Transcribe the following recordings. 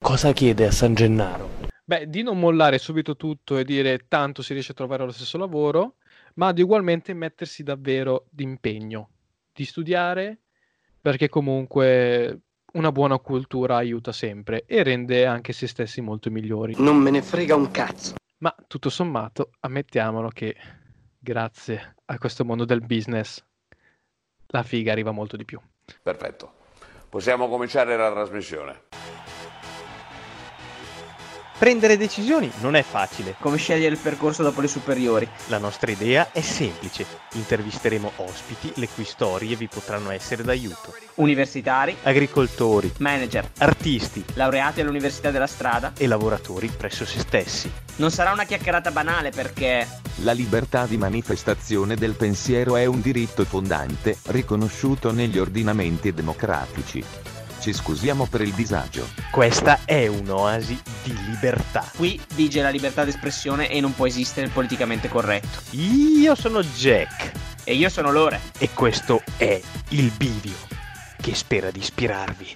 cosa chiede a San Gennaro? Beh, di non mollare subito tutto e dire tanto si riesce a trovare lo stesso lavoro, ma di ugualmente mettersi davvero d'impegno, di studiare, perché comunque una buona cultura aiuta sempre e rende anche se stessi molto migliori. Non me ne frega un cazzo. Ma tutto sommato, ammettiamolo che grazie a questo mondo del business la figa arriva molto di più. Perfetto. Possiamo cominciare la trasmissione. Prendere decisioni non è facile. Come scegliere il percorso dopo le superiori? La nostra idea è semplice. Intervisteremo ospiti le cui storie vi potranno essere d'aiuto. Universitari, Agricoltori, manager, artisti laureati all'università della strada. e lavoratori presso se stessi. Non sarà una chiacchierata banale perché La libertà di manifestazione del pensiero è un diritto fondante, riconosciuto negli ordinamenti democratici. Ci scusiamo per il disagio. Questa è un'oasi di libertà. qui vige la libertà d'espressione e non può esistere il politicamente corretto. Io sono Jack E io sono Lore. e questo è Il Bivio, che spera di ispirarvi.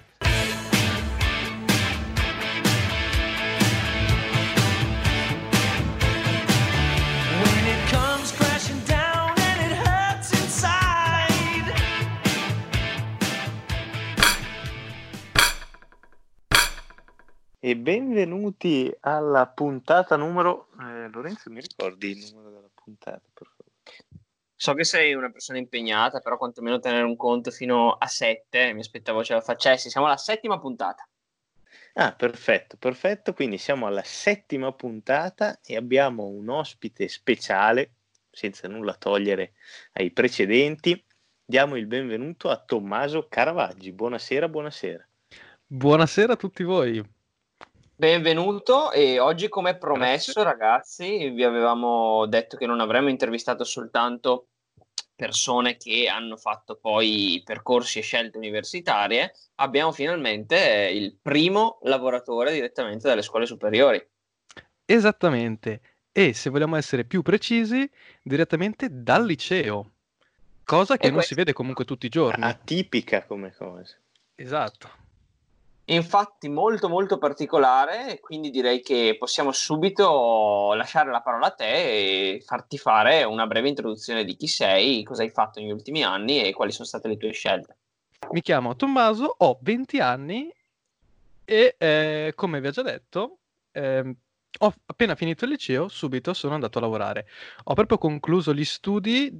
E benvenuti alla puntata numero... Lorenzo, mi ricordi il numero della puntata, per favore? So che sei una persona impegnata, però quantomeno tenere un conto fino a 7. Mi aspettavo ce la facessi. Siamo alla 7ª puntata. Ah, perfetto. Quindi siamo alla 7ª puntata e abbiamo un ospite speciale, senza nulla togliere ai precedenti. Diamo il benvenuto a Tommaso Caravaggi. Buonasera. Buonasera a tutti voi. Benvenuto, e oggi, come promesso, ragazzi, vi avevamo detto che non avremmo intervistato soltanto persone che hanno fatto poi percorsi e scelte universitarie. Abbiamo finalmente il primo lavoratore direttamente dalle scuole superiori. Esattamente. E se vogliamo essere più precisi, direttamente dal liceo. Cosa che E non si questo- vede comunque tutti i giorni. Atipica come cosa. Esatto. Infatti molto molto particolare, e quindi direi che possiamo subito lasciare la parola a te e farti fare una breve introduzione di chi sei, cosa hai fatto negli ultimi anni e quali sono state le tue scelte. Mi chiamo Tommaso, ho 20 anni e come vi ho già detto, ho appena finito il liceo, subito sono andato a lavorare. Ho proprio concluso gli studi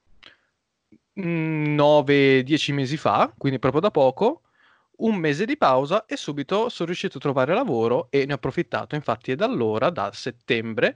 9-10 mesi fa, quindi proprio da poco, un mese di pausa e subito sono riuscito a trovare lavoro e ne ho approfittato. Infatti è da allora, da settembre,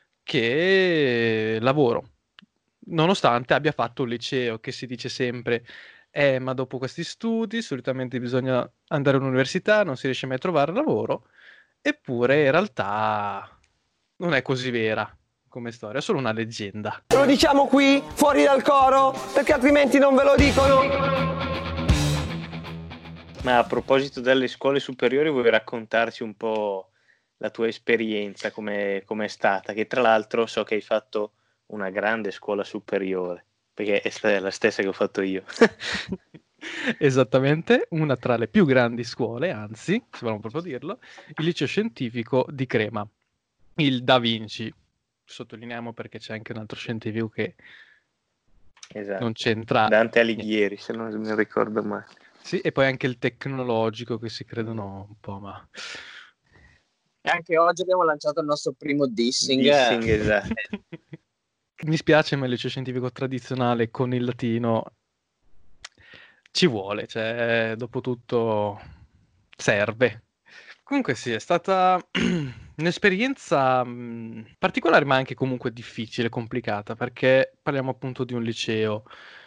che lavoro. Nonostante abbia fatto un liceo, che si dice sempre, ma dopo questi studi solitamente bisogna andare all'università, non si riesce mai a trovare lavoro, eppure in realtà non è così vera come storia, è solo una leggenda. Lo diciamo qui, fuori dal coro, perché altrimenti non ve lo dicono. Ma a proposito delle scuole superiori, vuoi raccontarci un po' la tua esperienza, com'è stata? Che tra l'altro so che hai fatto una grande scuola superiore, perché è la stessa che ho fatto io. Esattamente, una tra le più grandi scuole, anzi, se vogliamo proprio dirlo, il liceo scientifico di Crema, il Da Vinci. Sottolineiamo perché c'è anche un altro scientifico che Esatto. non c'entra. Dante Alighieri, se non mi ricordo male. Sì, e poi anche il tecnologico, che si credono un po', ma... E anche oggi abbiamo lanciato il nostro primo dissing. Esatto. Mi spiace, ma il liceo scientifico tradizionale con il latino ci vuole, cioè, dopo tutto serve. Comunque sì, è stata un'esperienza particolare, ma anche comunque difficile, complicata, perché parliamo appunto di un liceo.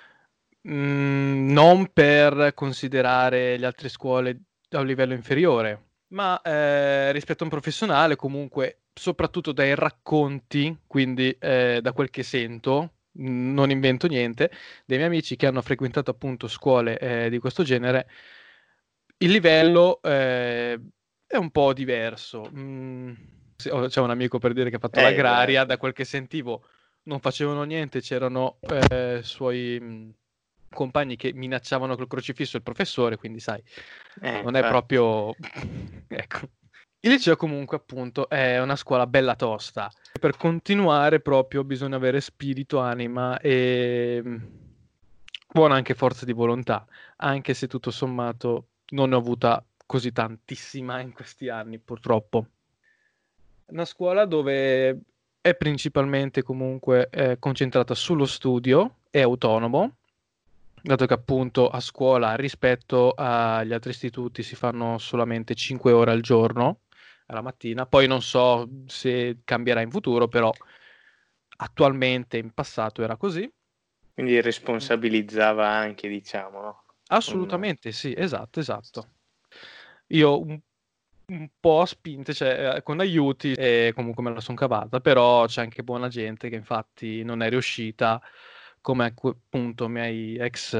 Non per considerare le altre scuole a un livello inferiore, ma rispetto a un professionale, comunque, soprattutto dai racconti, quindi da quel che sento, non invento niente, dei miei amici che hanno frequentato appunto scuole di questo genere, il livello è un po' diverso. C'è un amico, per dire, che ha fatto l'agraria, esatto. da quel che sentivo non facevano niente, c'erano suoi compagni che minacciavano col crocifisso il professore, quindi sai, non è Infatti. proprio ecco. Il liceo comunque appunto è una scuola bella tosta. Per continuare proprio bisogna avere spirito, anima e buona anche forza di volontà, anche se tutto sommato non ne ho avuta così tantissima in questi anni, purtroppo. Una scuola dove è principalmente comunque concentrata sullo studio, è autonomo, dato che appunto a scuola rispetto agli altri istituti si fanno solamente 5 ore al giorno, alla mattina, poi non so se cambierà in futuro, però attualmente in passato era così. Quindi responsabilizzava anche, diciamo, no? Assolutamente sì, esatto. Io un po' spinte, cioè con aiuti e comunque me la sono cavata, però c'è anche buona gente che infatti non è riuscita, come appunto miei ex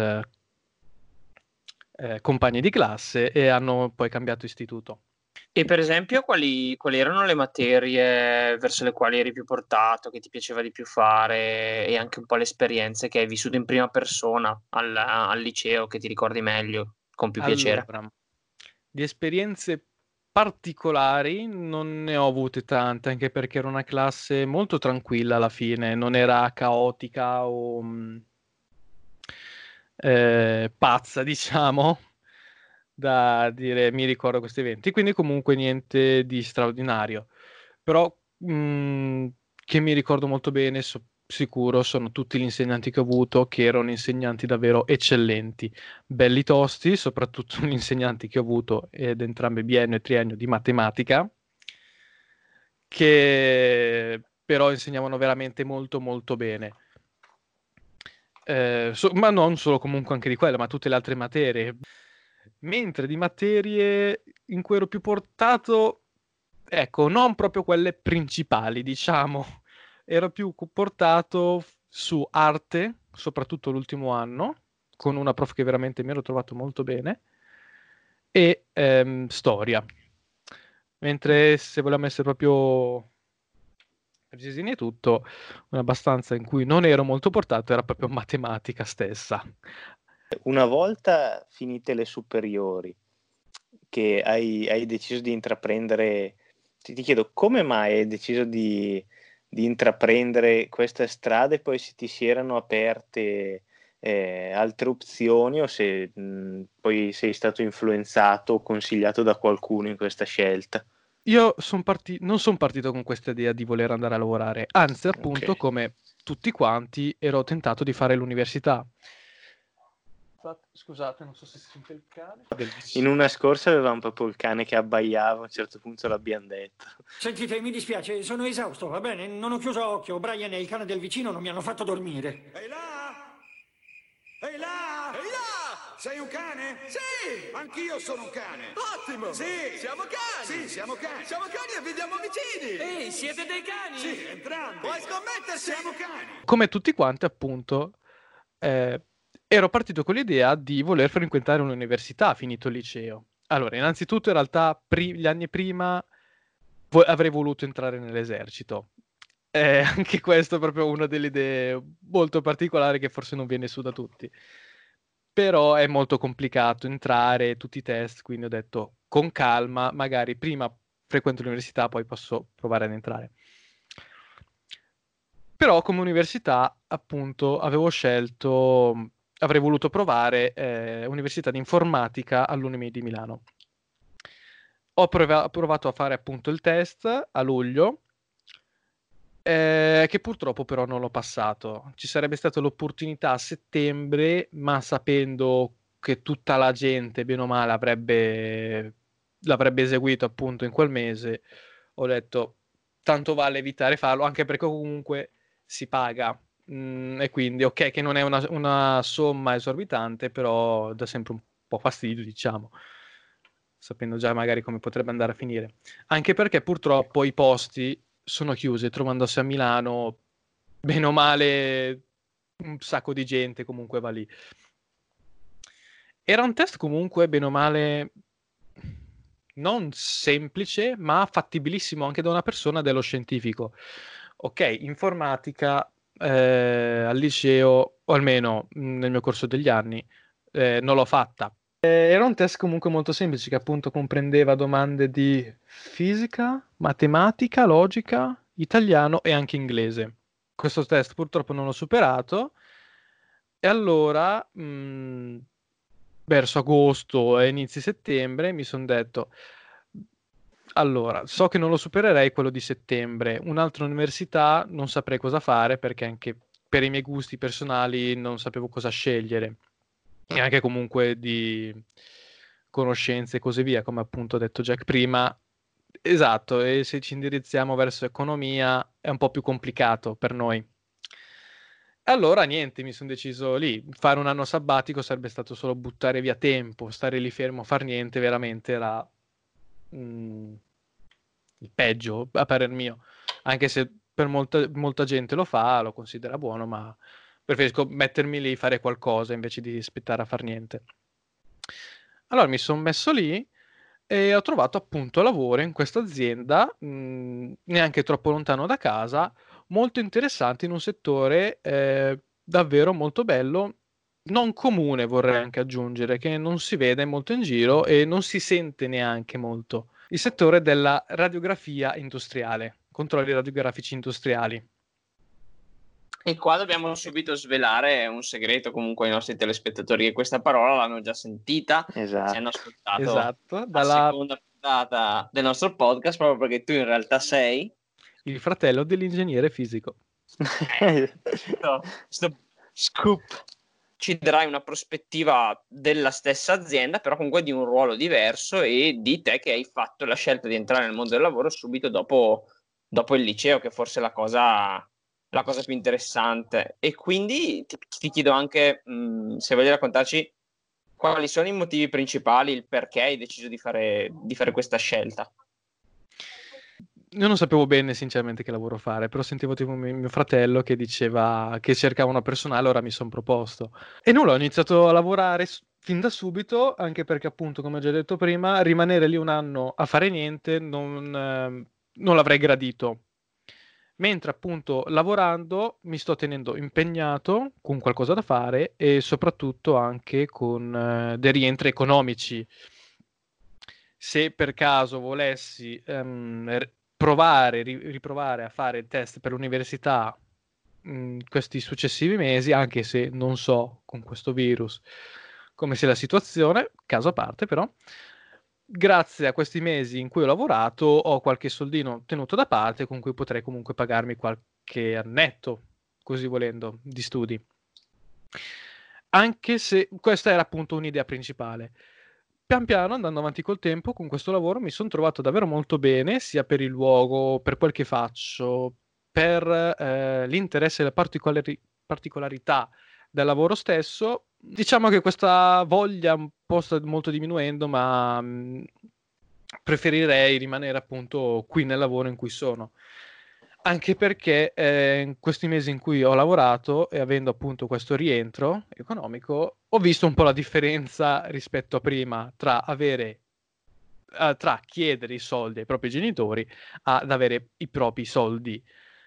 compagni di classe, e hanno poi cambiato istituto. E per esempio, quali erano le materie verso le quali eri più portato, che ti piaceva di più fare, e anche un po' le esperienze che hai vissuto in prima persona al liceo, che ti ricordi meglio, con più piacere? Allora, di esperienze particolari non ne ho avute tante, anche perché era una classe molto tranquilla alla fine, non era caotica o pazza, diciamo, da dire mi ricordo questi eventi, quindi comunque niente di straordinario. Però che mi ricordo molto bene, sicuro, sono tutti gli insegnanti che ho avuto, che erano insegnanti davvero eccellenti, belli tosti, soprattutto gli insegnanti che ho avuto ed entrambi biennio e triennio di matematica, che però insegnavano veramente molto molto bene. Ma non solo, comunque anche di quella, ma tutte le altre materie. Mentre di materie in cui ero più portato, ecco, non proprio quelle principali, diciamo, ero più portato su arte, soprattutto l'ultimo anno, con una prof che veramente mi ero trovato molto bene, e storia. Mentre se volevamo essere proprio precisini e tutto, abbastanza in cui non ero molto portato era proprio matematica stessa. Una volta finite le superiori, che hai deciso di intraprendere, ti chiedo come mai hai deciso di intraprendere questa strada, e poi se ti si erano aperte altre opzioni, o se poi sei stato influenzato o consigliato da qualcuno in questa scelta. Io non sono partito con questa idea di voler andare a lavorare, anzi appunto, Ok. come tutti quanti ero tentato di fare l'università. Scusate, non so se si sente il cane. In una scorsa avevamo proprio il cane che abbaiava, a un certo punto l'abbiamo detto. Sentite, mi dispiace, sono esausto, va bene? Non ho chiuso occhio. Brian e il cane del vicino non mi hanno fatto dormire. Ehi là! Ehi là! Ehi là! Sei un cane? Sì! Anch'io sono un cane. Ottimo! Sì! Siamo cani! Sì, siamo cani. Siamo cani e viviamo vicini! Ehi, siete dei cani? Sì, entrambi. Vuoi scommetterci? Siamo cani. Come tutti quanti, appunto, ero partito con l'idea di voler frequentare un'università finito il liceo. Allora, innanzitutto, in realtà, gli anni prima avrei voluto entrare nell'esercito. Anche questo è proprio una delle idee molto particolari che forse non viene su da tutti. Però è molto complicato entrare, tutti i test, quindi ho detto con calma, magari prima frequento l'università, poi posso provare ad entrare. Però come università, appunto, avrei voluto provare Università di Informatica all'Unione di Milano. Ho provato a fare appunto il test a luglio, che purtroppo però non l'ho passato. Ci sarebbe stata l'opportunità a settembre, ma sapendo che tutta la gente, bene o male, l'avrebbe eseguito appunto in quel mese, ho detto tanto vale evitare farlo, anche perché comunque si paga. E quindi ok che non è una somma esorbitante, però dà sempre un po' fastidio, diciamo, sapendo già magari come potrebbe andare a finire. Anche perché purtroppo i posti sono chiusi, trovandosi a Milano, bene o male, un sacco di gente comunque va lì. Era un test comunque, bene o male, non semplice, ma fattibilissimo anche da una persona dello scientifico. Ok, informatica al liceo, o almeno nel mio corso degli anni, non l'ho fatta, Era un test comunque molto semplice che appunto comprendeva domande di fisica, matematica, logica, italiano e anche inglese. Questo test purtroppo non l'ho superato e allora verso agosto e inizi settembre mi sono detto allora, so che non lo supererei quello di settembre, un'altra università non saprei cosa fare perché anche per i miei gusti personali non sapevo cosa scegliere e anche comunque di conoscenze e così via, come appunto ha detto Jack prima. Esatto, e se ci indirizziamo verso economia è un po' più complicato per noi. Allora niente, mi sono deciso lì, fare un anno sabbatico sarebbe stato solo buttare via tempo, stare lì fermo a far niente, veramente era il peggio a parer mio, anche se per molta gente lo fa, lo considera buono, ma preferisco mettermi lì, fare qualcosa invece di aspettare a far niente. Allora mi sono messo lì e ho trovato appunto lavoro in questa azienda, neanche troppo lontano da casa, molto interessante in un settore davvero molto bello, non comune vorrei anche aggiungere, che non si vede molto in giro e non si sente neanche molto. Il settore della radiografia industriale, controlli radiografici industriali. E qua dobbiamo subito svelare un segreto comunque ai nostri telespettatori, che questa parola l'hanno già sentita, Esatto. ci hanno ascoltato Esatto, la seconda puntata del nostro podcast, proprio perché tu in realtà sei il fratello dell'ingegnere fisico. Sto scoop. Ci darai una prospettiva della stessa azienda, però comunque di un ruolo diverso, e di te che hai fatto la scelta di entrare nel mondo del lavoro subito dopo il liceo, che forse è la cosa più interessante. E quindi ti chiedo anche se voglio raccontarci quali sono i motivi principali, il perché hai deciso di fare questa scelta. Io non sapevo bene sinceramente che lavoro fare, però sentivo tipo mio fratello che diceva che cercava una persona, allora mi sono proposto. E nulla, ho iniziato a lavorare fin da subito, anche perché appunto, come ho già detto prima, rimanere lì un anno a fare niente non l'avrei gradito. Mentre appunto lavorando mi sto tenendo impegnato con qualcosa da fare e soprattutto anche con dei rientri economici. Se per caso volessi riprovare a fare il test per l'università questi successivi mesi, anche se non so con questo virus come sia la situazione, caso a parte però, grazie a questi mesi in cui ho lavorato ho qualche soldino tenuto da parte con cui potrei comunque pagarmi qualche annetto, così volendo, di studi. Anche se questa era appunto un'idea principale. Pian piano, andando avanti col tempo, con questo lavoro mi sono trovato davvero molto bene, sia per il luogo, per quel che faccio, per l'interesse e le particolarità del lavoro stesso. Diciamo che questa voglia un po' sta molto diminuendo, ma preferirei rimanere appunto qui nel lavoro in cui sono. Anche perché in questi mesi in cui ho lavorato e avendo appunto questo rientro economico, ho visto un po' la differenza rispetto a prima tra chiedere i soldi ai propri genitori ad avere i propri soldi,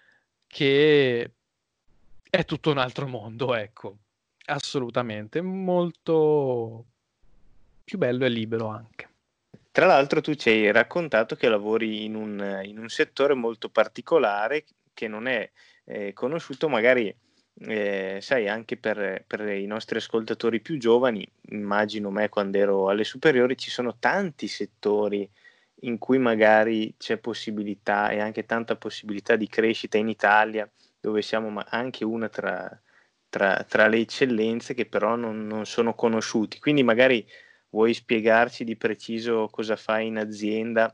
che è tutto un altro mondo, ecco. Assolutamente, molto più bello e libero anche. Tra l'altro tu ci hai raccontato che lavori in un settore molto particolare che non è conosciuto magari, sai, anche per i nostri ascoltatori più giovani. Immagino me quando ero alle superiori, ci sono tanti settori in cui magari c'è possibilità e anche tanta possibilità di crescita in Italia, dove siamo anche una tra le eccellenze, che però non sono conosciuti. Quindi magari vuoi spiegarci di preciso cosa fai in azienda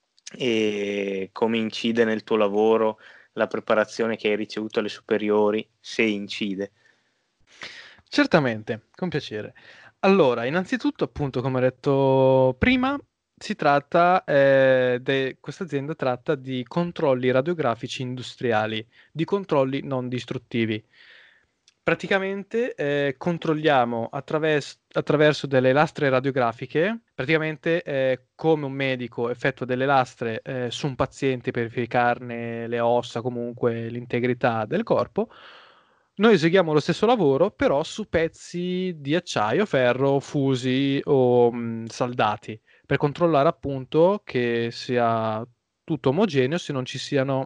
e come incide nel tuo lavoro la preparazione che hai ricevuto alle superiori, se incide? Certamente, con piacere. Allora, innanzitutto, appunto, come ho detto prima, si tratta, questa azienda tratta di controlli radiografici industriali, di controlli non distruttivi. Praticamente controlliamo attraverso delle lastre radiografiche, praticamente come un medico effettua delle lastre su un paziente per verificarne le ossa, comunque l'integrità del corpo, Noi eseguiamo lo stesso lavoro, però su pezzi di acciaio, ferro, fusi o saldati, per controllare appunto che sia tutto omogeneo, se non ci siano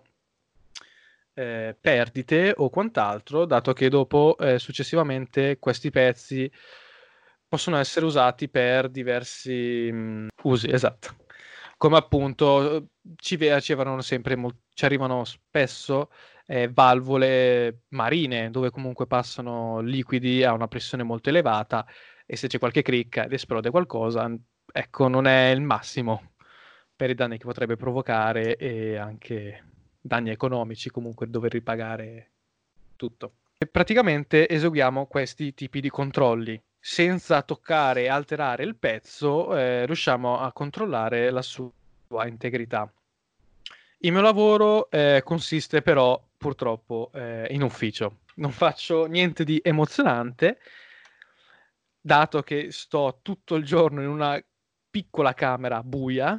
perdite o quant'altro, dato che dopo successivamente questi pezzi possono essere usati per diversi usi, esatto. Come appunto ci arrivano spesso valvole marine, dove comunque passano liquidi a una pressione molto elevata, e se c'è qualche cricca ed esplode qualcosa, ecco, non è il massimo per i danni che potrebbe provocare, e anche danni economici, comunque dover ripagare tutto. E praticamente eseguiamo questi tipi di controlli. Senza toccare e alterare il pezzo, riusciamo a controllare la sua integrità. Il mio lavoro consiste però purtroppo in ufficio. Non faccio niente di emozionante, dato che sto tutto il giorno in una piccola camera buia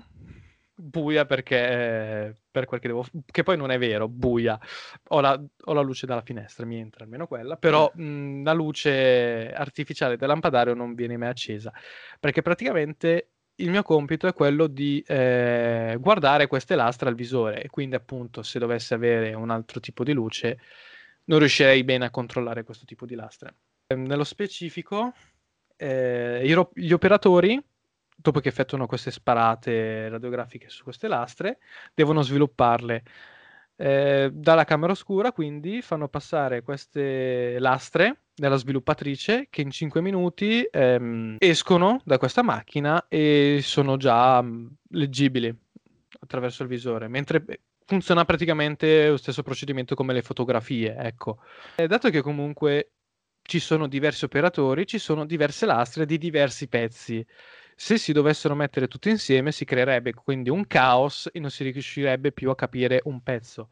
perché per quel che poi non è vero, buia. Ho la luce dalla finestra, mi entra almeno quella, però la luce artificiale del lampadario non viene mai accesa, perché praticamente il mio compito è quello di guardare queste lastre al visore, e quindi appunto se dovesse avere un altro tipo di luce non riuscirei bene a controllare questo tipo di lastre. Nello specifico, gli operatori, dopo che effettuano queste sparate radiografiche su queste lastre, devono svilupparle. Dalla camera oscura, quindi, fanno passare queste lastre nella sviluppatrice, che in 5 minuti escono da questa macchina e sono già leggibili attraverso il visore, mentre funziona praticamente lo stesso procedimento come le fotografie, ecco. Dato che comunque ci sono diversi operatori, ci sono diverse lastre di diversi pezzi. Se si dovessero mettere tutte insieme si creerebbe quindi un caos e non si riuscirebbe più a capire un pezzo,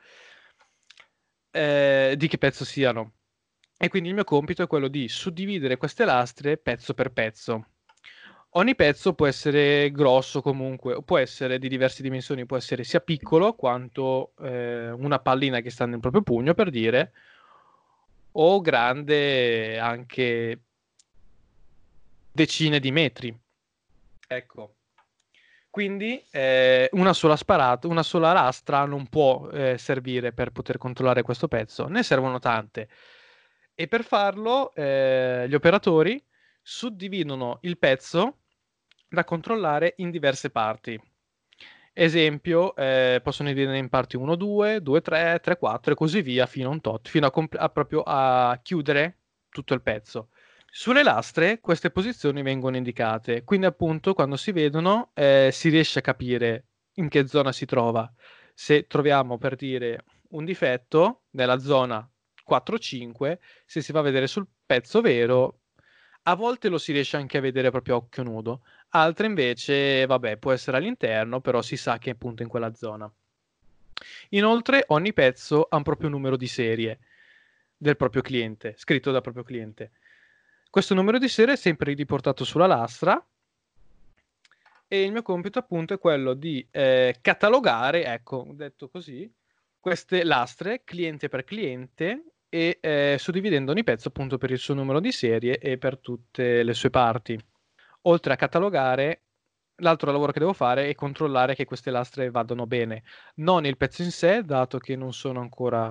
di che pezzo siano. E quindi il mio compito è quello di suddividere queste lastre pezzo per pezzo. Ogni pezzo può essere grosso comunque, o può essere di diverse dimensioni, può essere sia piccolo quanto una pallina che sta nel proprio pugno, per dire, o grande anche decine di metri. Ecco. Quindi una sola lastra non può servire per poter controllare questo pezzo, ne servono tante. E per farlo gli operatori suddividono il pezzo da controllare in diverse parti. Esempio, possono dividere in parti 1, 2, 2, 3, 3, 4 e così via fino a un tot, fino proprio a chiudere tutto il pezzo. Sulle lastre queste posizioni vengono indicate, quindi appunto quando si vedono si riesce a capire in che zona si trova. Se troviamo, per dire, un difetto nella zona 4-5, se si va a vedere sul pezzo vero, a volte lo si riesce anche a vedere proprio a occhio nudo, altre invece, vabbè, può essere all'interno, però si sa che è appunto in quella zona. Inoltre ogni pezzo ha un proprio numero di serie del proprio cliente, scritto dal proprio cliente. Questo numero di serie è sempre riportato sulla lastra, e il mio compito appunto è quello di catalogare, ecco, detto così, queste lastre cliente per cliente, e suddividendo ogni pezzo appunto per il suo numero di serie e per tutte le sue parti. Oltre a catalogare, l'altro lavoro che devo fare è controllare che queste lastre vadano bene, non il pezzo in sé, dato che non sono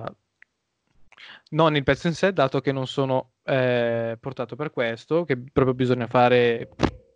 portato per questo, che proprio bisogna fare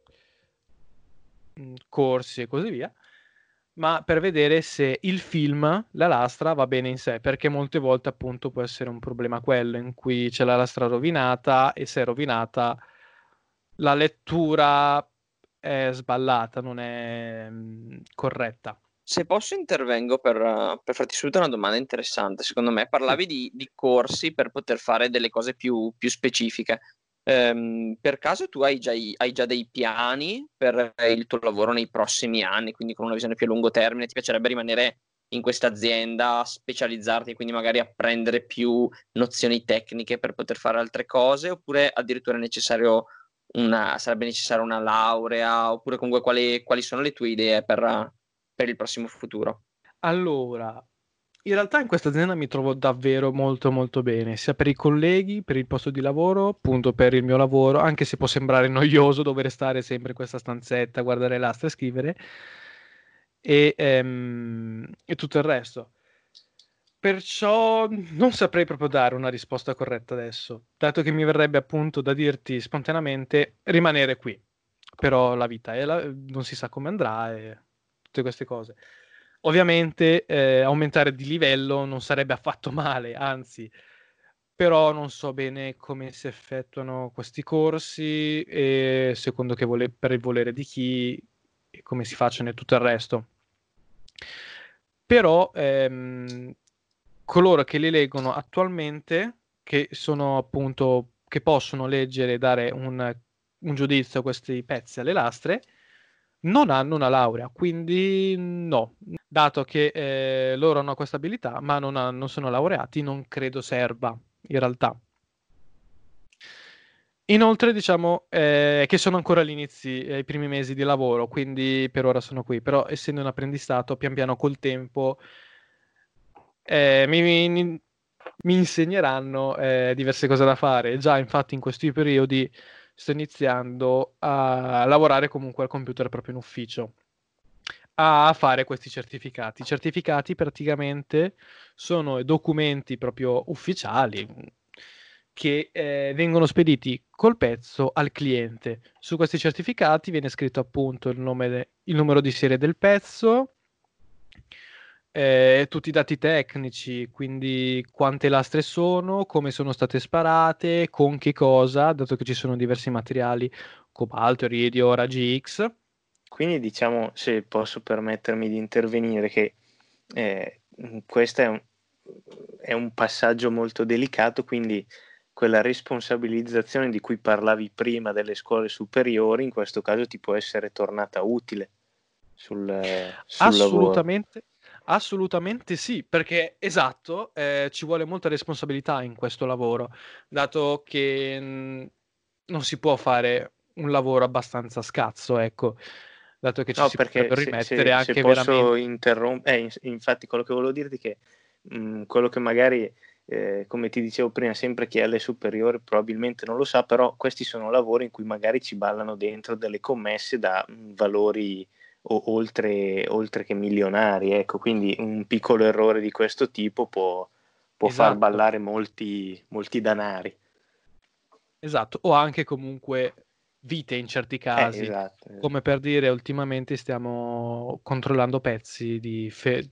corsi e così via, ma per vedere se il film, la lastra, va bene in sé, perché molte volte appunto può essere un problema quello, in cui c'è la lastra rovinata, e se è rovinata la lettura è sballata, non è corretta. Se posso intervengo per farti subito una domanda interessante. Secondo me parlavi di corsi per poter fare delle cose più specifiche. Per caso tu hai già dei piani per il tuo lavoro nei prossimi anni, quindi con una visione più a lungo termine? Ti piacerebbe rimanere in questa azienda, specializzarti, quindi magari apprendere più nozioni tecniche per poter fare altre cose, oppure addirittura sarebbe necessaria una laurea, oppure comunque quali sono le tue idee per il prossimo futuro? Allora, In realtà in questa azienda mi trovo davvero molto molto bene, sia per i colleghi, per il posto di lavoro, appunto per il mio lavoro, anche se può sembrare noioso dover stare sempre in questa stanzetta, guardare l'astra e scrivere, e tutto il resto. Perciò non saprei proprio dare una risposta corretta adesso, dato che mi verrebbe appunto da dirti spontaneamente rimanere qui. Però la vita non si sa come andrà e tutte queste cose. Ovviamente aumentare di livello non sarebbe affatto male, anzi, però non so bene come si effettuano questi corsi e secondo che per il volere di chi e come si facciano e tutto il resto. Però coloro che li leggono attualmente, che sono appunto, che possono leggere e dare un giudizio a questi pezzi alle lastre, non hanno una laurea, quindi no, dato che loro hanno questa abilità ma non sono laureati, non credo serva in realtà. Inoltre diciamo che sono ancora agli inizi, ai primi mesi di lavoro, quindi per ora sono qui, però essendo un apprendistato pian piano col tempo mi insegneranno diverse cose da fare. Già infatti in questi periodi sto iniziando a lavorare comunque al computer proprio in ufficio, a fare questi certificati. I certificati praticamente sono documenti proprio ufficiali che vengono spediti col pezzo al cliente. Su questi certificati viene scritto appunto il numero di serie del pezzo, tutti i dati tecnici, quindi quante lastre sono, come sono state sparate, con che cosa, dato che ci sono diversi materiali, cobalto, iridio, raggi X. Quindi diciamo, se posso permettermi di intervenire, che questo è un passaggio molto delicato, quindi quella responsabilizzazione di cui parlavi prima delle scuole superiori, in questo caso ti può essere tornata utile sul Assolutamente. Lavoro. Assolutamente sì, perché esatto, ci vuole molta responsabilità in questo lavoro, dato che non si può fare un lavoro abbastanza scazzo, ecco, dato che ci si potrebbe rimettere anche se posso interrompere, infatti quello che volevo dirti è che quello che magari, come ti dicevo prima, sempre chi è alle superiori probabilmente non lo sa, però questi sono lavori in cui magari ci ballano dentro delle commesse da valori oltre che milionari, ecco, quindi un piccolo errore di questo tipo può far ballare molti danari. Esatto, o anche comunque vite in certi casi, esatto. Come per dire, ultimamente stiamo controllando pezzi di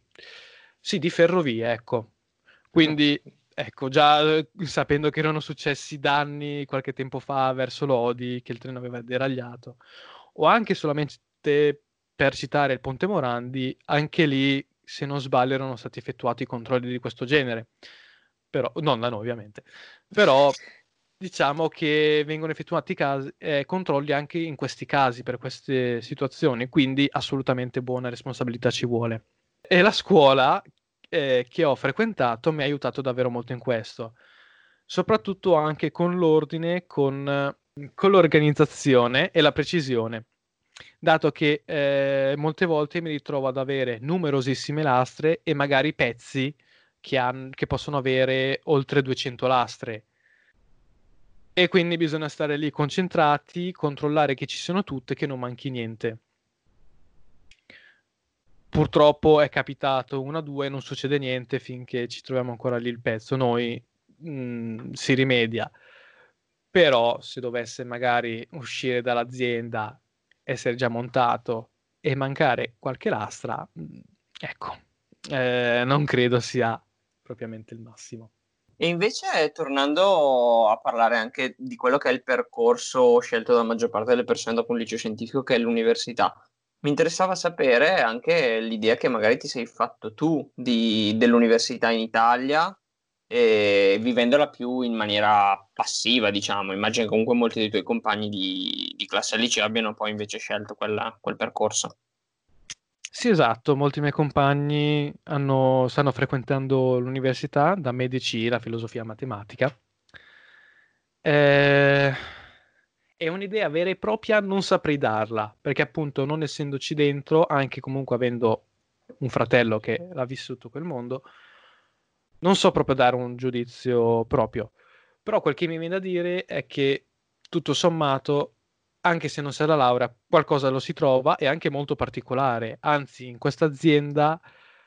ferrovie, ecco. Quindi, ecco, già sapendo che erano successi danni qualche tempo fa verso Lodi, che il treno aveva deragliato, o anche solamente per citare il Ponte Morandi, anche lì, se non sbaglio, erano stati effettuati controlli di questo genere. Però, non da noi ovviamente. Però diciamo che vengono effettuati controlli anche in questi casi, per queste situazioni, quindi assolutamente buona responsabilità ci vuole. E la scuola che ho frequentato mi ha aiutato davvero molto in questo, soprattutto anche con l'ordine, con l'organizzazione e la precisione, dato che molte volte mi ritrovo ad avere numerosissime lastre e magari pezzi che possono avere oltre 200 lastre. E quindi bisogna stare lì concentrati, controllare che ci sono tutte, che non manchi niente. Purtroppo è capitato 1 o 2, non succede niente finché ci troviamo ancora lì il pezzo. Noi si rimedia. Però se dovesse magari uscire dall'azienda, essere già montato e mancare qualche lastra, ecco, non credo sia propriamente il massimo. E invece, tornando a parlare anche di quello che è il percorso scelto dalla maggior parte delle persone dopo un liceo scientifico, che è l'università, mi interessava sapere anche l'idea che magari ti sei fatto tu dell'università in Italia, vivendola più in maniera passiva, diciamo. Immagino che comunque molti dei tuoi compagni di classe al liceo abbiano poi invece scelto quel percorso. Sì, esatto, molti miei compagni stanno frequentando l'università, da medici la filosofia matematica. È un'idea vera e propria, non saprei darla, perché appunto non essendoci dentro, anche comunque avendo un fratello che l'ha vissuto quel mondo, non so proprio dare un giudizio proprio, però quel che mi viene da dire è che tutto sommato, anche se non si ha la laurea, qualcosa lo si trova, è anche molto particolare. Anzi, in questa azienda,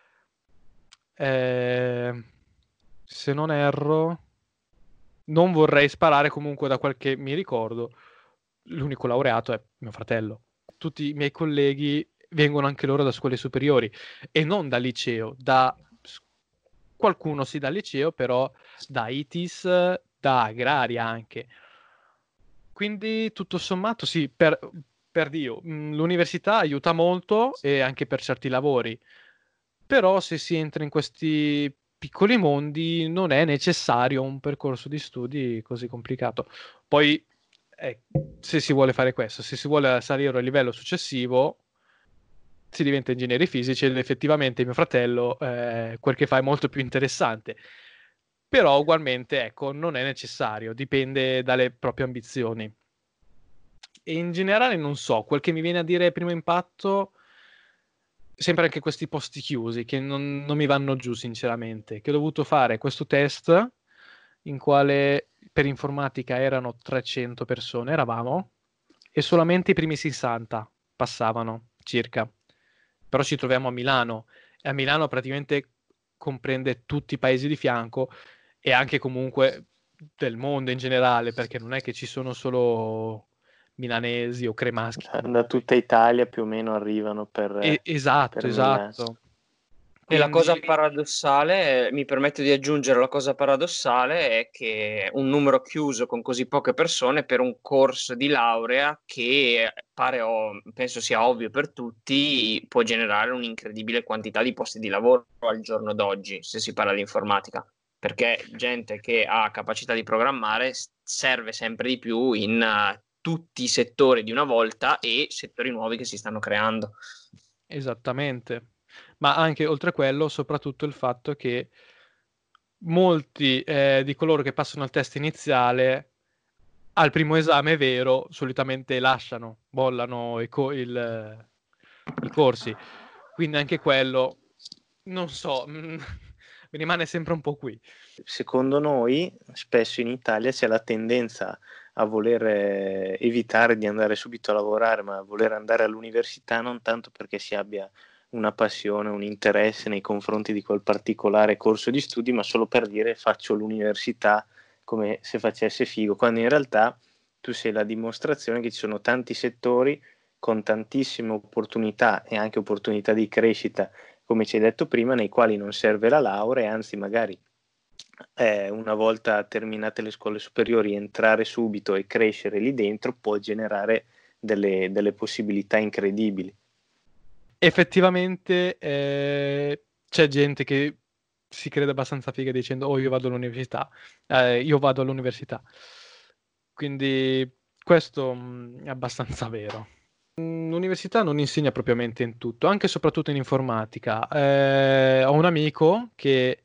se non erro, non vorrei sparare, comunque da quel che mi ricordo, l'unico laureato è mio fratello. Tutti i miei colleghi vengono anche loro da scuole superiori e non da liceo, qualcuno sì dal liceo, però da ITIS, da agraria anche. Quindi tutto sommato sì, per Dio, l'università aiuta molto e anche per certi lavori, però se si entra in questi piccoli mondi non è necessario un percorso di studi così complicato. Poi se si vuole fare questo, se si vuole salire a livello successivo, si diventa ingegneri fisici ed effettivamente mio fratello quel che fa è molto più interessante. Però ugualmente, ecco, non è necessario, dipende dalle proprie ambizioni. E in generale non so, quel che mi viene a dire primo impatto, sempre anche questi posti chiusi, che non mi vanno giù sinceramente, che ho dovuto fare questo test in quale per informatica erano 300 persone, eravamo, e solamente i primi 60 passavano, circa. Però ci troviamo a Milano, e a Milano praticamente comprende tutti i paesi di fianco, e anche comunque del mondo in generale, perché non è che ci sono solo milanesi o cremaschi. Da tutta Italia più o meno arrivano per Esatto. E la cosa paradossale, mi permetto di aggiungere, la cosa paradossale è che un numero chiuso con così poche persone per un corso di laurea che penso sia ovvio per tutti, può generare un'incredibile quantità di posti di lavoro al giorno d'oggi, se si parla di informatica, perché gente che ha capacità di programmare serve sempre di più in tutti i settori di una volta e settori nuovi che si stanno creando. Esattamente. Ma anche oltre a quello, soprattutto il fatto che molti di coloro che passano al test iniziale al primo esame vero solitamente mollano i corsi. Quindi anche quello, non so, mi rimane sempre un po' qui. Secondo noi, spesso in Italia c'è la tendenza a voler evitare di andare subito a lavorare, ma a voler andare all'università non tanto perché si abbia una passione, un interesse nei confronti di quel particolare corso di studi, ma solo per dire faccio l'università come se facesse figo, quando in realtà tu sei la dimostrazione che ci sono tanti settori con tantissime opportunità e anche opportunità di crescita, come ci hai detto prima, nei quali non serve la laurea, anzi magari una volta terminate le scuole superiori entrare subito e crescere lì dentro può generare delle possibilità incredibili. Effettivamente c'è gente che si crede abbastanza figa dicendo io vado all'università, quindi questo è abbastanza vero. L'università non insegna propriamente in tutto, anche e soprattutto in informatica. Ho un amico che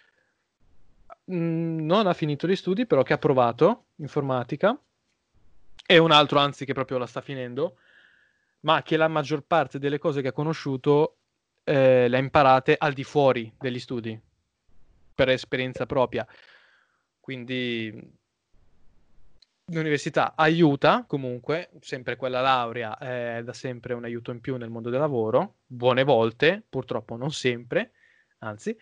non ha finito gli studi, però che ha provato informatica, e un altro anzi che proprio la sta finendo, ma che la maggior parte delle cose che ha conosciuto le ha imparate al di fuori degli studi, per esperienza propria. Quindi l'università aiuta comunque, sempre quella laurea è da sempre un aiuto in più nel mondo del lavoro, buone volte, purtroppo non sempre, anzi.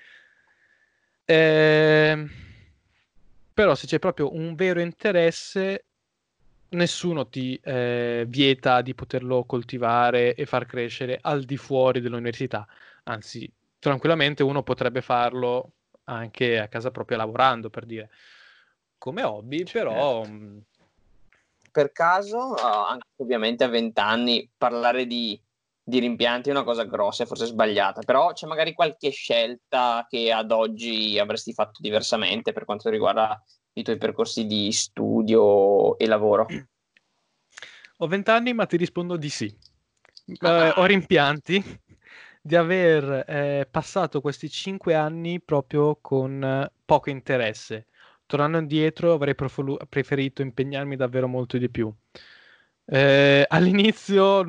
Però se c'è proprio un vero interesse, nessuno ti vieta di poterlo coltivare e far crescere al di fuori dell'università. Anzi, tranquillamente uno potrebbe farlo anche a casa propria lavorando, per dire, come hobby, però... Per caso, anche ovviamente a 20 anni, parlare di rimpianti è una cosa grossa e forse sbagliata, però c'è magari qualche scelta che ad oggi avresti fatto diversamente per quanto riguarda i tuoi percorsi di studio e lavoro? Ho 20 anni, ma ti rispondo di sì. Ho rimpianti di aver passato questi 5 anni proprio con poco interesse. Tornando indietro avrei preferito impegnarmi davvero molto di più. All'inizio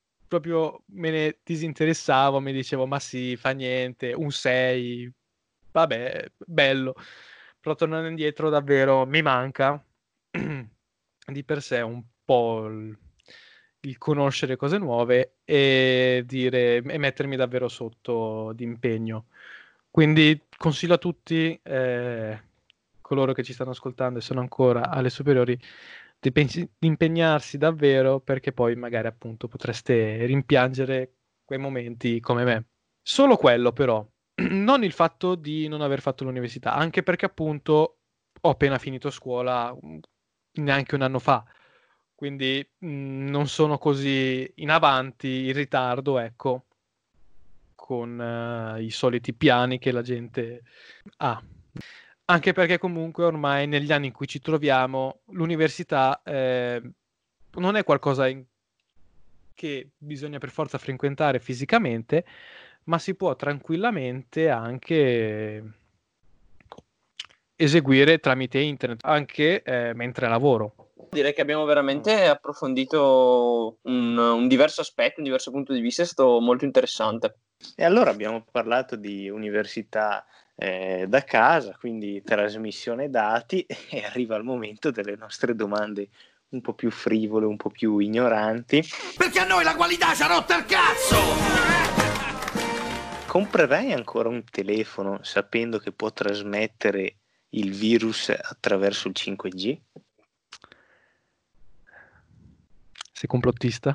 proprio me ne disinteressavo, mi dicevo ma sì, fa niente, un 6, vabbè, bello. Però tornando indietro davvero mi manca di per sé un po' il conoscere cose nuove e mettermi davvero sotto d'impegno. Quindi consiglio a tutti coloro che ci stanno ascoltando e sono ancora alle superiori di impegnarsi davvero, perché poi magari appunto potreste rimpiangere quei momenti come me. Solo quello però, non il fatto di non aver fatto l'università, anche perché appunto ho appena finito scuola neanche un anno fa, quindi non sono così in avanti, in ritardo, ecco, con i soliti piani che la gente ha. Anche perché comunque ormai negli anni in cui ci troviamo l'università non è qualcosa che bisogna per forza frequentare fisicamente, ma si può tranquillamente anche eseguire tramite internet, anche mentre lavoro. Direi che abbiamo veramente approfondito un diverso aspetto, un diverso punto di vista, è stato molto interessante. E allora abbiamo parlato di università da casa, quindi trasmissione dati, e arriva il momento delle nostre domande un po' più frivole, un po' più ignoranti. Perché a noi la qualità ci ha rotto il cazzo! Comprerei ancora un telefono sapendo che può trasmettere il virus attraverso il 5G? Sei complottista?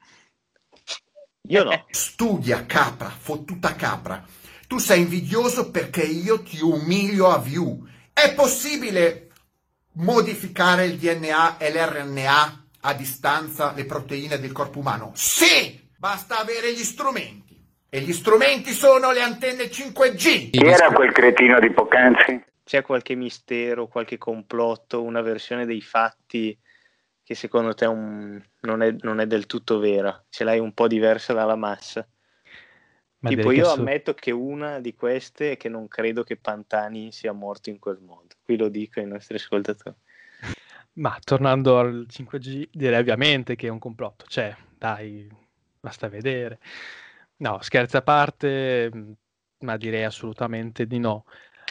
Io no. Studia, capra, fottuta capra. Tu sei invidioso perché io ti umilio a view. È possibile modificare il DNA e l'RNA a distanza, le proteine del corpo umano? Sì! Basta avere gli strumenti. E gli strumenti sono le antenne 5G. Chi era quel cretino di poc'anzi? C'è qualche mistero, qualche complotto, una versione dei fatti che secondo te non è del tutto vera? Ce l'hai un po' diversa dalla massa? Ma tipo io ammetto che una di queste è che non credo che Pantani sia morto in quel modo. Qui lo dico ai nostri ascoltatori. Ma tornando al 5G, direi ovviamente che è un complotto. Cioè, dai, basta vedere. No, scherzi a parte, ma direi assolutamente di no.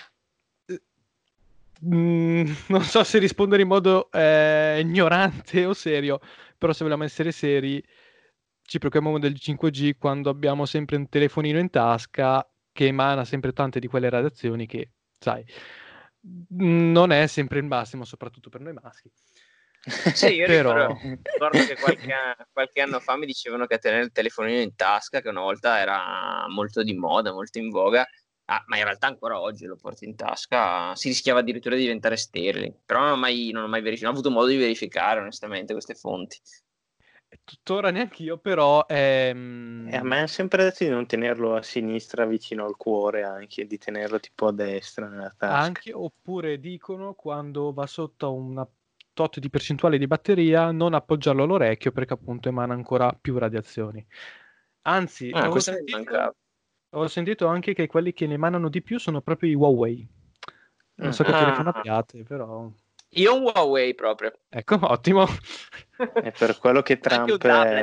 Non so se rispondere in modo ignorante o serio, però se vogliamo essere seri, ci preoccupiamo del 5G quando abbiamo sempre un telefonino in tasca che emana sempre tante di quelle radiazioni che, sai, non è sempre il massimo, soprattutto per noi maschi. Sì, io ricordo che qualche anno fa mi dicevano che tenere il telefonino in tasca, che una volta era molto di moda, molto in voga, ma in realtà ancora oggi lo porti in tasca, si rischiava addirittura di diventare sterili, però non ho mai verificato, non ho avuto modo di verificare onestamente queste fonti. Tuttora neanche io, però a me hanno sempre detto di non tenerlo a sinistra vicino al cuore, anche di tenerlo tipo a destra nella tasca. Anche, oppure dicono quando va sotto una tot di percentuale di batteria non appoggiarlo all'orecchio perché appunto emana ancora più radiazioni. Anzi, ho sentito anche che quelli che ne emanano di più sono proprio i Huawei. Non so che telefono abbiate, però... Io ho un Huawei proprio. Ecco, ottimo. È per quello che Trump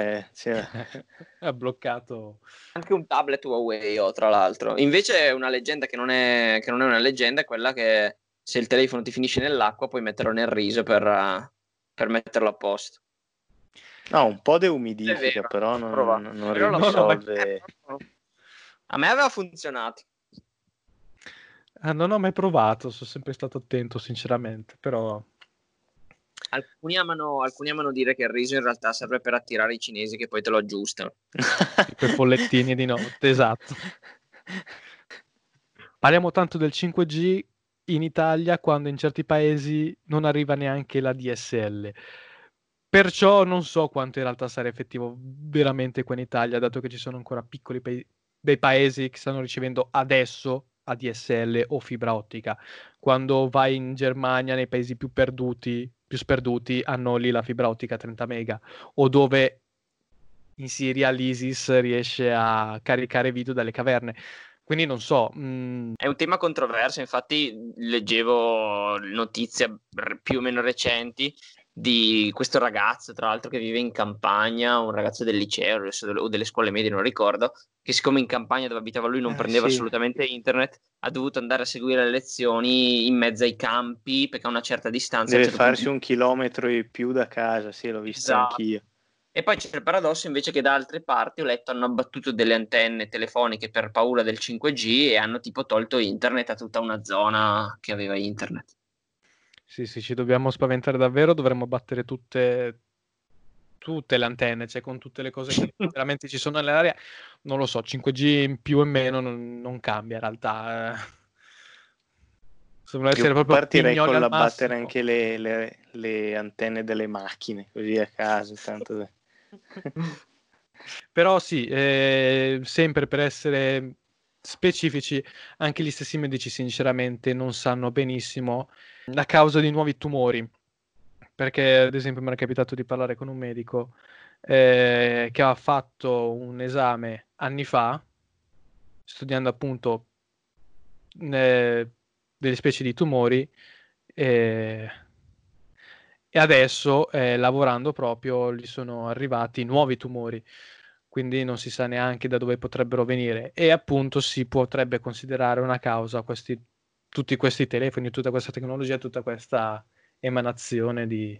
ha bloccato. Anche un tablet Huawei ho, tra l'altro. Invece una leggenda che non è una leggenda è quella che se il telefono ti finisce nell'acqua puoi metterlo nel riso per metterlo a posto. No, un po' deumidifica, però non risolve. A me aveva funzionato. Non ho mai provato, sono sempre stato attento sinceramente, però... Alcuni amano dire che il riso in realtà serve per attirare i cinesi che poi te lo aggiustano. Quei follettini di notte, esatto. Parliamo tanto del 5G in Italia quando in certi paesi non arriva neanche la DSL. Perciò non so quanto in realtà sarà effettivo veramente qua in Italia, dato che ci sono ancora piccoli dei paesi che stanno ricevendo adesso ADSL o fibra ottica. Quando vai in Germania, nei paesi più sperduti, hanno lì la fibra ottica 30 mega, o dove in Siria l'ISIS riesce a caricare video dalle caverne. Quindi non so. È un tema controverso, infatti leggevo notizie più o meno recenti di questo ragazzo, tra l'altro, che vive in campagna, un ragazzo del liceo o delle scuole medie, non ricordo, che siccome in campagna dove abitava lui non prendeva sì. assolutamente internet, ha dovuto andare a seguire le lezioni in mezzo ai campi perché a una certa distanza. Deve a un certo farsi punto... 1 chilometro in più da casa, sì, l'ho visto Esatto. anch'io. E poi c'è il paradosso invece che da altre parti, ho letto, hanno abbattuto delle antenne telefoniche per paura del 5G e hanno tipo tolto internet a tutta una zona che aveva internet. Sì, ci dobbiamo spaventare davvero, dovremmo battere tutte le antenne, cioè con tutte le cose che veramente ci sono nell'area. Non lo so, 5G in più e meno non cambia in realtà. Devono essere Io proprio partirei pignoli con al l'abbattere massimo. anche le antenne delle macchine, così a caso, tanto... Però sì, sempre per essere specifici, anche gli stessi medici sinceramente non sanno benissimo la causa di nuovi tumori, perché ad esempio mi era capitato di parlare con un medico che aveva fatto un esame anni fa, studiando appunto delle specie di tumori, e adesso lavorando proprio gli sono arrivati nuovi tumori, quindi non si sa neanche da dove potrebbero venire, e appunto si potrebbe considerare una causa tutti questi telefoni, tutta questa tecnologia, tutta questa emanazione di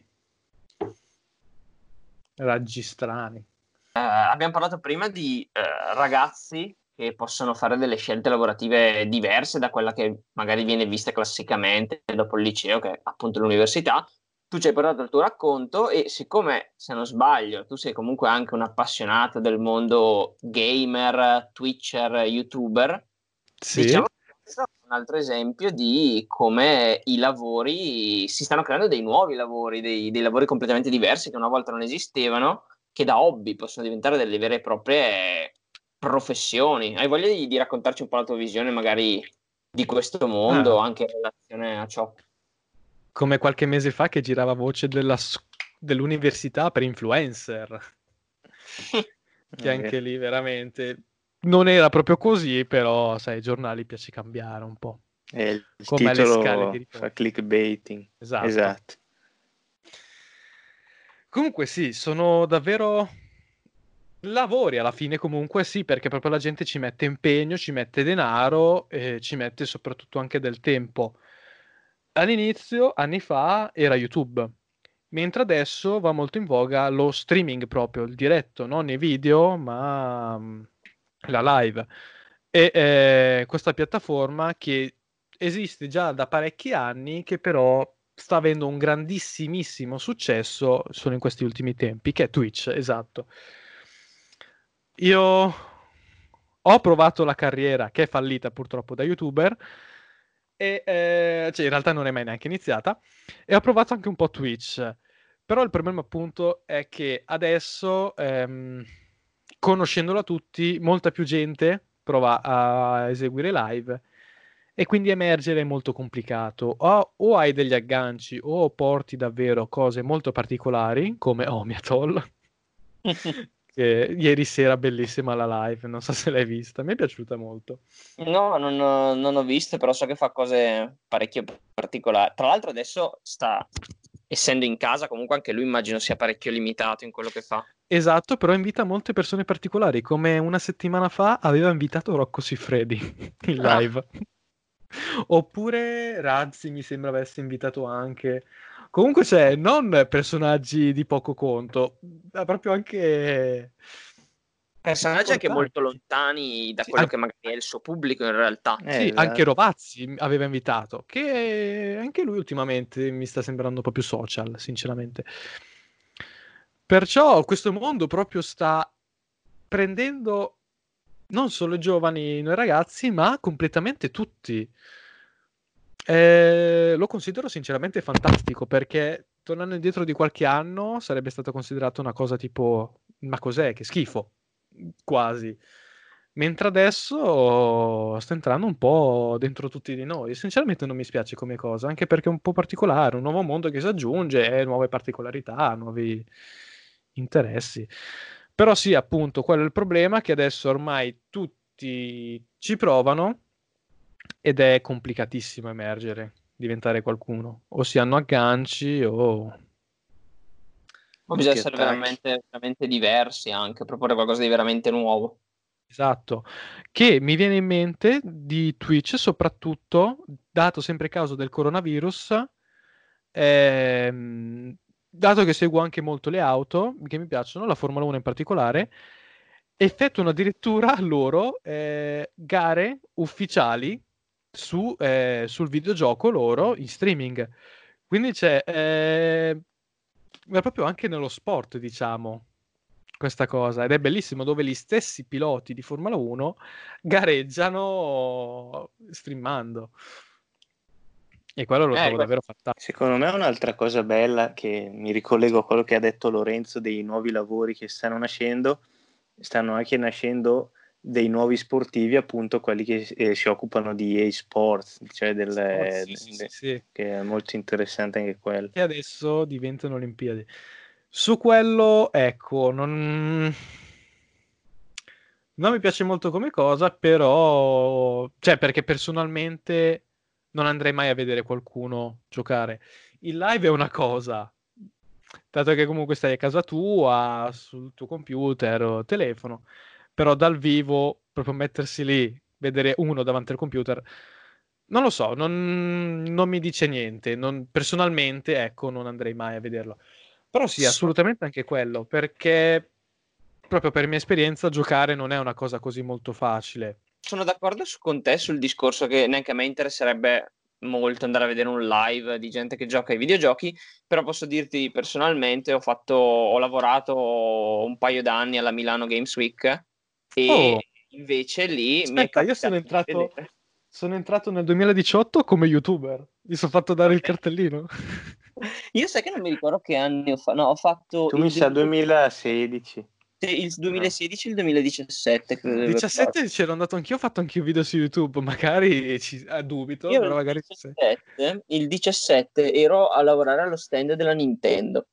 raggi strani. Abbiamo parlato prima di ragazzi che possono fare delle scelte lavorative diverse da quella che magari viene vista classicamente dopo il liceo, che è appunto l'università. Tu ci hai portato il tuo racconto e siccome, se non sbaglio, tu sei comunque anche un appassionato del mondo gamer, twitcher, youtuber, Sì. diciamo che questo è un altro esempio di come i lavori, si stanno creando dei nuovi lavori, dei lavori completamente diversi che una volta non esistevano, che da hobby possono diventare delle vere e proprie professioni. Hai voglia di raccontarci un po' la tua visione magari di questo mondo, anche in relazione a ciò? Come qualche mese fa che girava voce dell'università per influencer, che anche lì veramente non era proprio così, però sai, ai giornali piace cambiare un po'. Il come alle scale titolo di riposo. fa clickbaiting. Esatto. Comunque sì, sono davvero lavori alla fine, comunque sì, perché proprio la gente ci mette impegno, ci mette denaro e ci mette soprattutto anche del tempo. All'inizio, anni fa, era YouTube, mentre adesso va molto in voga lo streaming proprio, il diretto, non i video, ma la live. E questa piattaforma che esiste già da parecchi anni, che però sta avendo un grandissimissimo successo solo in questi ultimi tempi, che è Twitch, esatto. Io ho provato la carriera, che è fallita purtroppo da YouTuber, e cioè in realtà non è mai neanche iniziata, e ho provato anche un po' Twitch. Però il problema appunto è che adesso, conoscendola tutti, molta più gente prova a eseguire live e quindi emergere è molto complicato. O hai degli agganci o porti davvero cose molto particolari, come Omiatol, che ieri sera bellissima la live, non so se l'hai vista, mi è piaciuta molto. No, non ho visto, però so che fa cose parecchio particolari. Tra l'altro adesso sta, essendo in casa, comunque anche lui immagino sia parecchio limitato in quello che fa. Esatto, però invita molte persone particolari, come una settimana fa aveva invitato Rocco Siffredi in live. Oppure Razzi mi sembra avesse invitato anche. Comunque c'è, non personaggi di poco conto, ma proprio anche personaggi anche molto importanti. lontani da quello che magari è il suo pubblico in realtà. Sì, anche Rovazzi aveva invitato, che anche lui ultimamente mi sta sembrando un po' più social, sinceramente. Perciò questo mondo proprio sta prendendo non solo i giovani, noi ragazzi, ma completamente tutti. Lo considero sinceramente fantastico, perché tornando indietro di qualche anno sarebbe stato considerato una cosa tipo, ma cos'è? Che schifo, quasi. Mentre adesso sta entrando un po' dentro tutti di noi. Sinceramente non mi spiace come cosa, anche perché è un po' particolare, un nuovo mondo che si aggiunge, nuove particolarità, nuovi interessi. Però sì, appunto, quello è il problema, che adesso ormai tutti ci provano ed è complicatissimo emergere, diventare qualcuno. O si hanno agganci o Ma bisogna Tutti essere attacchi. veramente, veramente diversi anche, proporre qualcosa di veramente nuovo. Esatto, che mi viene in mente di Twitch, soprattutto, dato sempre il caso del coronavirus, dato che seguo anche molto le auto, che mi piacciono, la Formula 1 in particolare, effettuano addirittura loro gare ufficiali sul videogioco loro in streaming. Quindi c'è ma proprio anche nello sport, diciamo, questa cosa. Ed è bellissimo, dove gli stessi piloti di Formula 1 gareggiano streamando. E quello lo trovo davvero fantastico. Secondo me un'altra cosa bella, che mi ricollego a quello che ha detto Lorenzo dei nuovi lavori che stanno anche nascendo dei nuovi sportivi, appunto quelli che si occupano di eSports, cioè Sì. che è molto interessante anche quello. Che adesso diventano Olimpiadi. Su quello, ecco, non mi piace molto come cosa, però, cioè, perché personalmente non andrei mai a vedere qualcuno giocare. Il live è una cosa, dato che comunque stai a casa tua, sul tuo computer o telefono, però dal vivo, proprio mettersi lì, vedere uno davanti al computer, non lo so, non mi dice niente. Personalmente, ecco, non andrei mai a vederlo. Però sì, assolutamente anche quello, perché proprio per mia esperienza giocare non è una cosa così molto facile. Sono d'accordo con te sul discorso che neanche a me interesserebbe molto andare a vedere un live di gente che gioca ai videogiochi, però posso dirti personalmente ho lavorato un paio d'anni alla Milano Games Week e invece lì mi è Aspetta, io capitato di sono entrato nel 2018 come youtuber, mi sono fatto dare il cartellino. Io sai che non mi ricordo che anni ho fatto. No, ho fatto Tu mi sa 2016. il 2016 e il 2017, credo. Nel 17 c'ero andato anch'io, ho fatto anche un video su YouTube, magari dubito, Io però magari sì. il 17 ero a lavorare allo stand della Nintendo.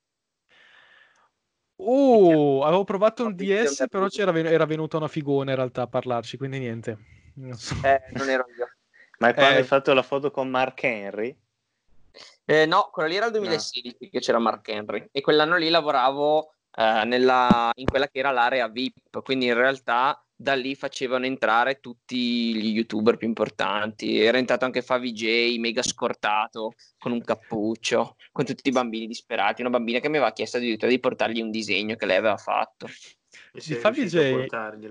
Avevo provato un DS, però era venuta una figona in realtà a parlarci, quindi niente. Non so. Non ero io. Ma quando hai fatto la foto con Mark Henry? No, quello lì era il 2016 che c'era Mark Henry e quell'anno lì lavoravo in quella che era l'area VIP, quindi in realtà da lì facevano entrare tutti gli youtuber più importanti. Era entrato anche FaviJ, mega scortato, con un cappuccio, con tutti i bambini disperati. Una bambina che mi aveva chiesto addirittura di portargli un disegno che lei aveva fatto. Di FaviJ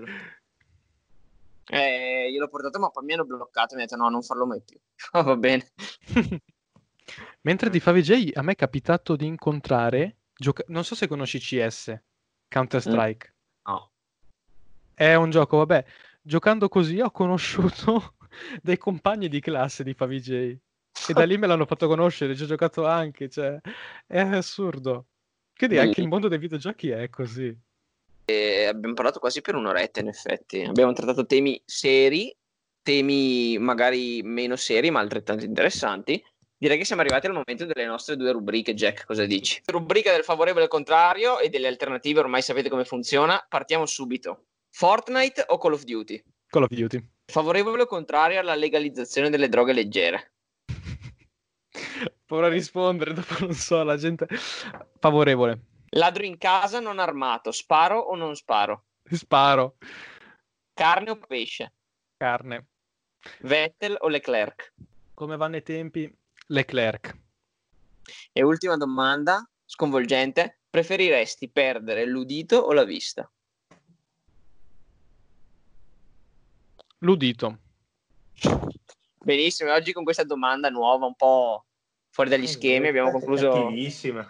io l'ho portato, ma poi mi hanno bloccato e mi hanno detto no, non farlo mai più. Va bene. Mentre di FaviJ a me è capitato di incontrare, non so se conosci CS, Counter Strike. No. È un gioco, vabbè, giocando così ho conosciuto dei compagni di classe di FaviJ e da lì me l'hanno fatto conoscere, ci ho giocato anche, cioè è assurdo. Quindi anche il mondo dei videogiochi è così. Abbiamo parlato quasi per un'oretta, in effetti. Abbiamo trattato temi seri, temi magari meno seri, ma altrettanto interessanti. Direi che siamo arrivati al momento delle nostre due rubriche. Jack, cosa dici? Rubrica del favorevole e contrario e delle alternative, ormai sapete come funziona. Partiamo subito. Fortnite o Call of Duty? Call of Duty. Favorevole o contrario alla legalizzazione delle droghe leggere? Paura rispondere, dopo non so, la gente... Favorevole. Ladro in casa non armato, sparo o non sparo? Sparo. Carne o pesce? Carne. Vettel o Leclerc? Come vanno i tempi? Leclerc. E ultima domanda, sconvolgente, preferiresti perdere l'udito o la vista? L'udito. Benissimo, oggi con questa domanda nuova, un po' fuori dagli schemi, abbiamo concluso. Cattivissima.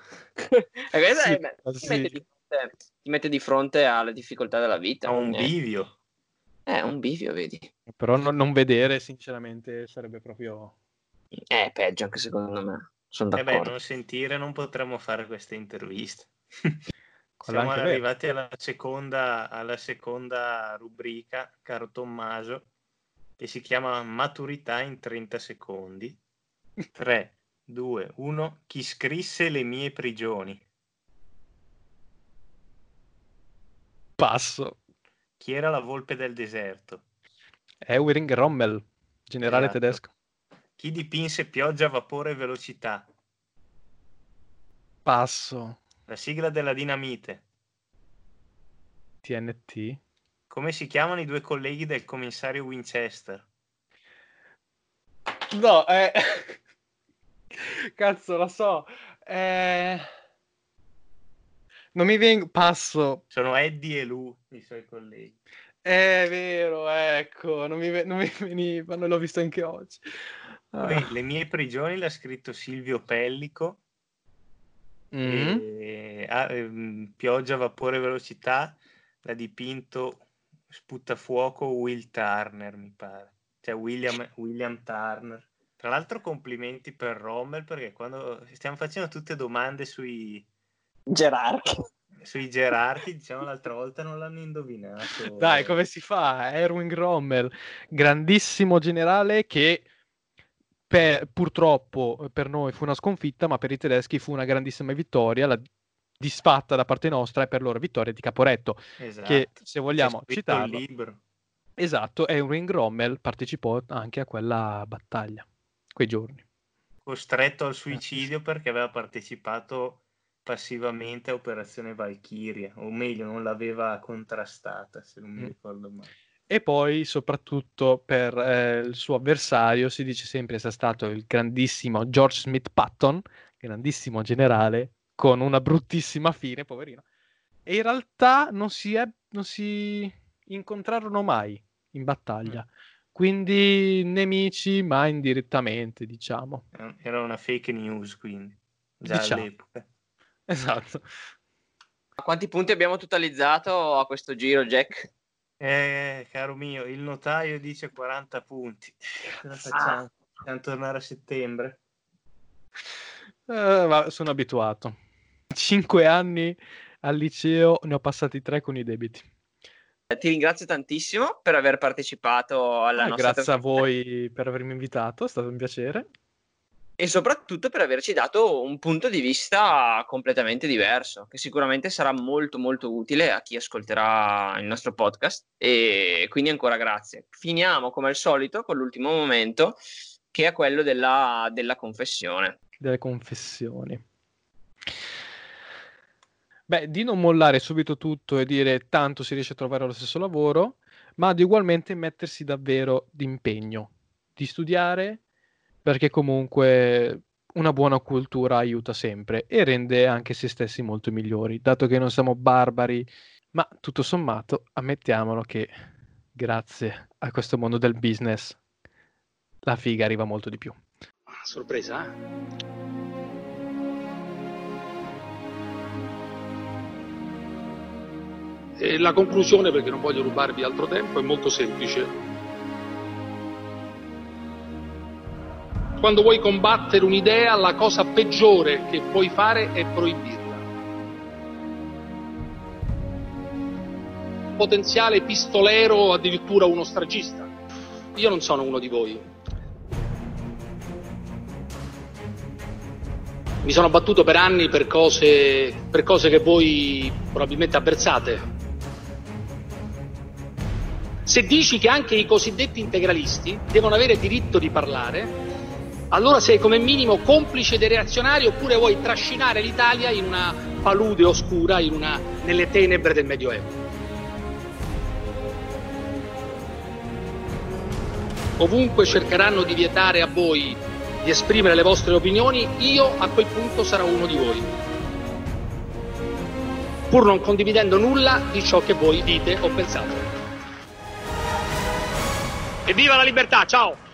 Ti mette di fronte alle difficoltà della vita. A un bivio. Un bivio, vedi. Però non vedere, sinceramente, sarebbe proprio... peggio anche secondo me. Sono d'accordo. Non sentire, non potremmo fare queste interviste. Quello Siamo anche arrivati alla seconda rubrica, caro Tommaso, che si chiama Maturità in 30 secondi. 3, 2, 1. Chi scrisse Le mie prigioni? Passo. Chi era la volpe del deserto? Erwin Rommel, generale Esatto. tedesco. Chi dipinse Pioggia, vapore e velocità? Passo. La sigla della Dinamite. TNT. Come si chiamano i due colleghi del commissario Winchester? No, cazzo, la so. Non mi vengo... Passo. Sono Eddie e Lou, i suoi colleghi. È vero, ecco, non mi venivano, l'ho visto anche oggi. Poi Le mie prigioni l'ha scritto Silvio Pellico. Pioggia, vapore, velocità l'ha dipinto Sputtafuoco Will Turner, mi pare. Cioè William Turner. Tra l'altro complimenti per Rommel, perché quando stiamo facendo tutte domande sui gerarchi, diciamo l'altra volta non l'hanno indovinato. Dai, come si fa? Erwin Rommel, grandissimo generale che purtroppo per noi fu una sconfitta, ma per i tedeschi fu una grandissima vittoria, la disfatta da parte nostra, e per loro vittoria di Caporetto, Esatto. che se vogliamo citarlo, il libro. Esatto, Erwin Rommel partecipò anche a quella battaglia, quei giorni. Costretto al suicidio perché aveva partecipato passivamente a Operazione Valchiria, o meglio non l'aveva contrastata, se non mi ricordo male. E poi soprattutto per il suo avversario si dice sempre sia stato il grandissimo George Smith Patton, grandissimo generale con una bruttissima fine, poverino, e in realtà non si incontrarono mai in battaglia, quindi nemici ma indirettamente, diciamo. Era una fake news, quindi già all'epoca. Esatto. A quanti punti abbiamo totalizzato a questo giro, Jack? Caro mio, il notaio dice 40 punti. Cosa facciamo? Dobbiamo tornare a settembre? Sono abituato. 5 anni al liceo, ne ho passati 3 con i debiti. Ti ringrazio tantissimo per aver partecipato alla nostra grazie a voi per avermi invitato, è stato un piacere. E soprattutto per averci dato un punto di vista completamente diverso, che sicuramente sarà molto molto utile a chi ascolterà il nostro podcast, e quindi ancora grazie. Finiamo come al solito con l'ultimo momento, che è quello della confessione. Delle confessioni. Beh, di non mollare subito tutto e dire tanto si riesce a trovare lo stesso lavoro, ma di ugualmente mettersi davvero d'impegno, di studiare, perché comunque una buona cultura aiuta sempre e rende anche se stessi molto migliori, dato che non siamo barbari, ma tutto sommato ammettiamolo che grazie a questo mondo del business la figa arriva molto di più. Sorpresa, eh? E la conclusione, perché non voglio rubarvi altro tempo, è molto semplice. Quando vuoi combattere un'idea, la cosa peggiore che puoi fare è proibirla. Potenziale pistolero o addirittura uno stragista. Io non sono uno di voi. Mi sono battuto per anni per cose che voi probabilmente avversate. Se dici che anche i cosiddetti integralisti devono avere diritto di parlare, allora sei come minimo complice dei reazionari, oppure vuoi trascinare l'Italia in una palude oscura, nelle tenebre del Medioevo. Ovunque cercheranno di vietare a voi di esprimere le vostre opinioni, io a quel punto sarò uno di voi, pur non condividendo nulla di ciò che voi dite o pensate. Evviva la libertà, ciao!